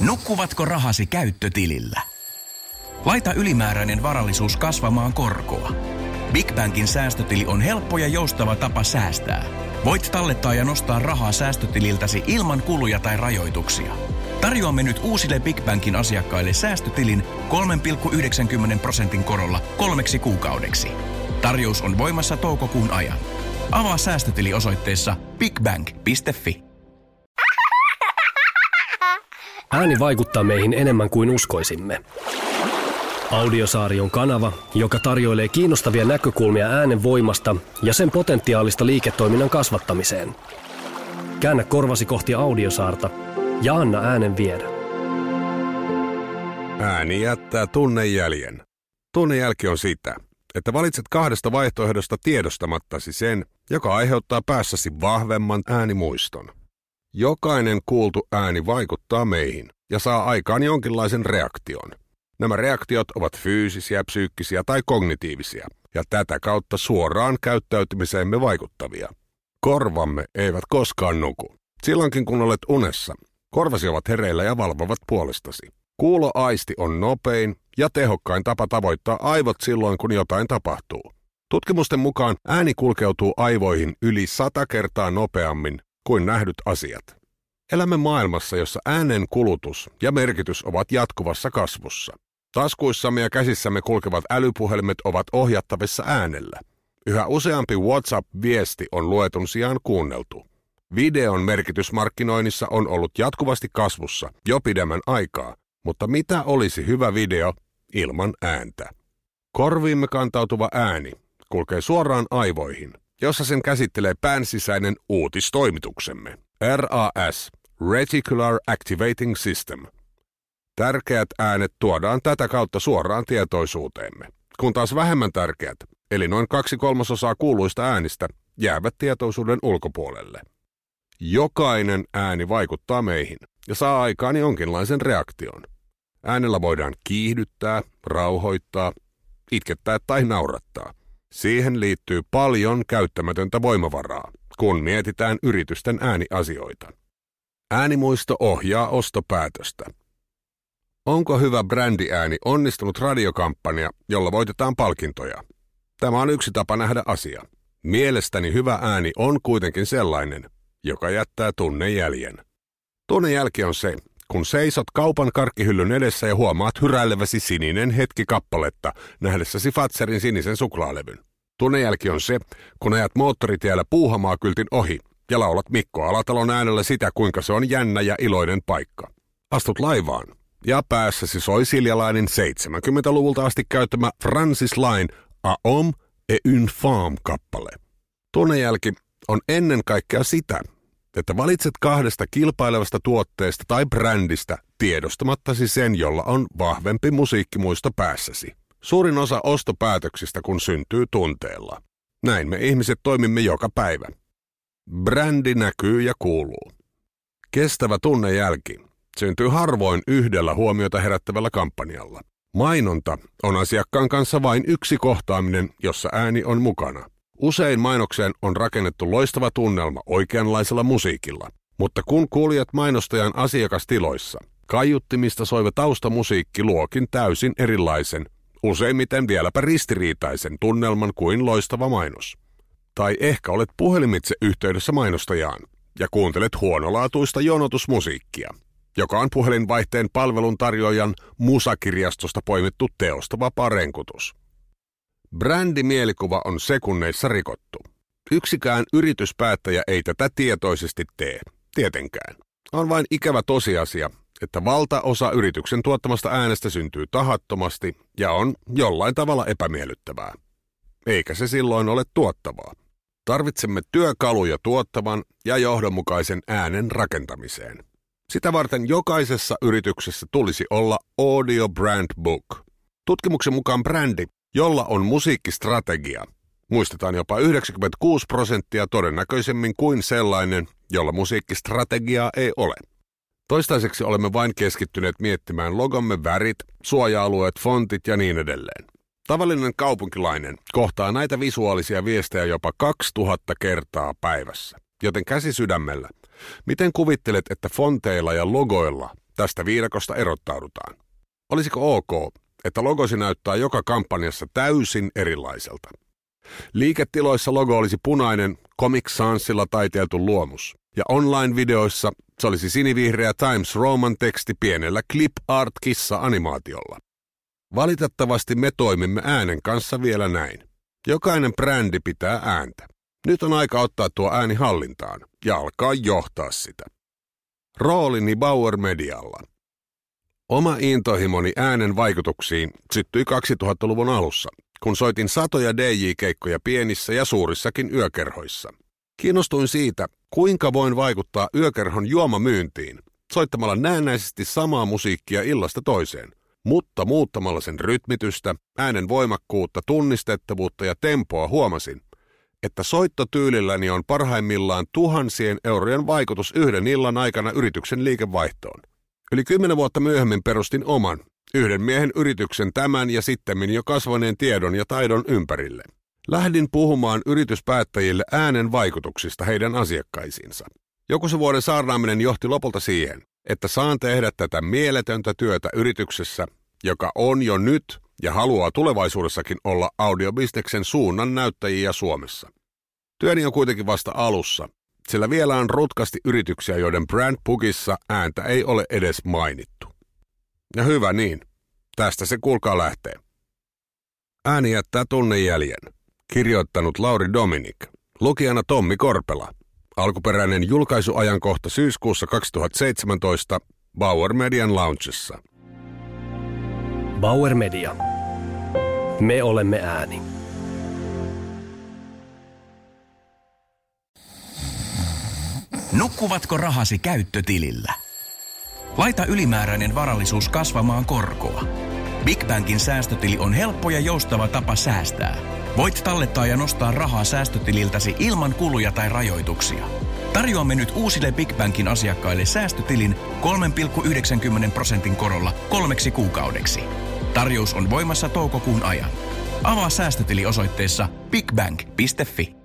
Nukkuvatko rahasi käyttötilillä? Laita ylimääräinen varallisuus kasvamaan korkoa. Big Bankin säästötili on helppo ja joustava tapa säästää. Voit tallettaa ja nostaa rahaa säästötililtäsi ilman kuluja tai rajoituksia. Tarjoamme nyt uusille Big Bankin asiakkaille säästötilin 3,90% korolla 3 kuukaudeksi. Tarjous on voimassa toukokuun ajan. Avaa säästötili osoitteessa bigbank.fi. Ääni vaikuttaa meihin enemmän kuin uskoisimme. Audiosaari on kanava, joka tarjoilee kiinnostavia näkökulmia äänen voimasta ja sen potentiaalista liiketoiminnan kasvattamiseen. Käännä korvasi kohti Audiosaarta ja anna äänen viedä. Ääni jättää tunnejäljen. Tunnejälki on sitä, että valitset 2 vaihtoehdosta tiedostamattasi sen, joka aiheuttaa päässäsi vahvemman äänimuiston. Jokainen kuultu ääni vaikuttaa meihin ja saa aikaan jonkinlaisen reaktion. Nämä reaktiot ovat fyysisiä, psyykkisiä tai kognitiivisia, ja tätä kautta suoraan käyttäytymiseemme vaikuttavia. Korvamme eivät koskaan nuku. Silloinkin kun olet unessa, korvasi ovat hereillä ja valvovat puolestasi. Kuuloaisti on nopein ja tehokkain tapa tavoittaa aivot silloin, kun jotain tapahtuu. Tutkimusten mukaan ääni kulkeutuu aivoihin yli 100 kertaa nopeammin kuin nähdyt asiat. Elämme maailmassa, jossa äänen kulutus ja merkitys ovat jatkuvassa kasvussa. Taskuissamme ja käsissämme kulkevat älypuhelimet ovat ohjattavissa äänellä. Yhä useampi WhatsApp-viesti on luetun sijaan kuunneltu. Videon merkitys markkinoinnissa on ollut jatkuvasti kasvussa jo pidemmän aikaa, mutta mitä olisi hyvä video ilman ääntä? Korviimme kantautuva ääni kulkee suoraan aivoihin, jossa sen käsittelee pään sisäinen uutistoimituksemme. RAS, Reticular Activating System. Tärkeät äänet tuodaan tätä kautta suoraan tietoisuuteemme, kun taas vähemmän tärkeät, eli noin 2/3 kuuluista äänistä, jäävät tietoisuuden ulkopuolelle. Jokainen ääni vaikuttaa meihin ja saa aikaan jonkinlaisen reaktion. Äänellä voidaan kiihdyttää, rauhoittaa, itkettää tai naurattaa. Siihen liittyy paljon käyttämätöntä voimavaraa, kun mietitään yritysten ääniasioita. Äänimuisto ohjaa ostopäätöstä. Onko hyvä brändiääni onnistunut radiokampanja, jolla voitetaan palkintoja? Tämä on yksi tapa nähdä asia. Mielestäni hyvä ääni on kuitenkin sellainen, joka jättää tunnejäljen. Tunnejälki on se, kun seisot kaupan karkkihyllyn edessä ja huomaat hyräileväsi sininen hetki kappaletta nähdessäsi Fazerin sinisen suklaalevyn. Tunnejälki on se, kun ajat moottoritiellä Puuhamaa-kyltin ohi ja laulat Mikko Alatalon äänellä sitä, kuinka se on jännä ja iloinen paikka. Astut laivaan ja päässäsi soi siljalainen 70-luvulta asti käyttämä Francis Laine A homme et une femme kappale. Tunnejälki on ennen kaikkea sitä, että valitset 2 kilpailevasta tuotteesta tai brändistä tiedostamattasi sen, jolla on vahvempi musiikkimuisto päässäsi. Suurin osa ostopäätöksistä kun syntyy tunteella. Näin me ihmiset toimimme joka päivä. Brändi näkyy ja kuuluu. Kestävä tunnejälki syntyy harvoin yhdellä huomiota herättävällä kampanjalla. Mainonta on asiakkaan kanssa vain yksi kohtaaminen, jossa ääni on mukana. Usein mainokseen on rakennettu loistava tunnelma oikeanlaisella musiikilla, mutta kun kuulijat mainostajan asiakastiloissa, kaiuttimista soiva taustamusiikki luokin täysin erilaisen, useimmiten vieläpä ristiriitaisen tunnelman kuin loistava mainos. Tai ehkä olet puhelimitse yhteydessä mainostajaan ja kuuntelet huonolaatuista jonotusmusiikkia, joka on puhelinvaihteen palveluntarjoajan musakirjastosta poimittu teosta vapaa renkutus. Brändimielikuva on sekunneissa rikottu. Yksikään yrityspäättäjä ei tätä tietoisesti tee, tietenkään. On vain ikävä tosiasia, että valtaosa yrityksen tuottamasta äänestä syntyy tahattomasti ja on jollain tavalla epämiellyttävää. Eikä se silloin ole tuottavaa. Tarvitsemme työkaluja tuottavan ja johdonmukaisen äänen rakentamiseen. Sitä varten jokaisessa yrityksessä tulisi olla Audio Brand Book. Tutkimuksen mukaan brändi, jolla on musiikkistrategia, muistetaan jopa 96% todennäköisemmin kuin sellainen, jolla musiikkistrategiaa ei ole. Toistaiseksi olemme vain keskittyneet miettimään logomme värit, suoja-alueet, fontit ja niin edelleen. Tavallinen kaupunkilainen kohtaa näitä visuaalisia viestejä jopa 2000 kertaa päivässä. Joten käsi sydämellä, miten kuvittelet, että fonteilla ja logoilla tästä viidakosta erottaudutaan? Olisiko ok, että logosi näyttää joka kampanjassa täysin erilaiselta? Liiketiloissa logo olisi punainen, Comic Sansilla taiteiltu luomus. Ja online-videoissa se olisi sinivihreä Times Roman teksti pienellä clip art kissa-animaatiolla. Valitettavasti me toimimme äänen kanssa vielä näin. Jokainen brändi pitää ääntä. Nyt on aika ottaa tuo ääni hallintaan ja alkaa johtaa sitä. Roolini Bauer Medialla. Oma intohimoni äänen vaikutuksiin syttyi 2000-luvun alussa, kun soitin satoja DJ-keikkoja pienissä ja suurissakin yökerhoissa. Kiinnostuin siitä, kuinka voin vaikuttaa yökerhon juomamyyntiin, soittamalla näennäisesti samaa musiikkia illasta toiseen, mutta muuttamalla sen rytmitystä, äänen voimakkuutta, tunnistettavuutta ja tempoa huomasin, että soittotyylilläni on parhaimmillaan tuhansien eurojen vaikutus yhden illan aikana yrityksen liikevaihtoon. Yli 10 vuotta myöhemmin perustin oman, yhden miehen yrityksen tämän ja sittemmin jo kasvaneen tiedon ja taidon ympärille. Lähdin puhumaan yrityspäättäjille äänen vaikutuksista heidän asiakkaisiinsa. Joku se vuoden saarnaaminen johti lopulta siihen, että saan tehdä tätä mieletöntä työtä yrityksessä, joka on jo nyt ja haluaa tulevaisuudessakin olla audiobisneksen suunnan näyttäjiä Suomessa. Työni on kuitenkin vasta alussa, sillä vielä on rutkasti yrityksiä, joiden brandbookissa ääntä ei ole edes mainittu. Ja hyvä niin, tästä se kuulkaa lähtee. Ääni jättää tunnejäljen. Kirjoittanut Lauri Dominik. Lukijana Tommi Korpela. Alkuperäinen julkaisuajankohta syyskuussa 2017 Bauer Median Loungessa. Bauer Media. Me olemme ääni. Nukkuvatko rahasi käyttötilillä? Laita ylimääräinen varallisuus kasvamaan korkoa. Big Bankin säästötili on helppo ja joustava tapa säästää. Voit tallettaa ja nostaa rahaa säästötililtäsi ilman kuluja tai rajoituksia. Tarjoamme nyt uusille Big Bankin asiakkaille säästötilin 3,90% korolla 3 kuukaudeksi. Tarjous on voimassa toukokuun ajan. Avaa säästötili osoitteessa bigbank.fi.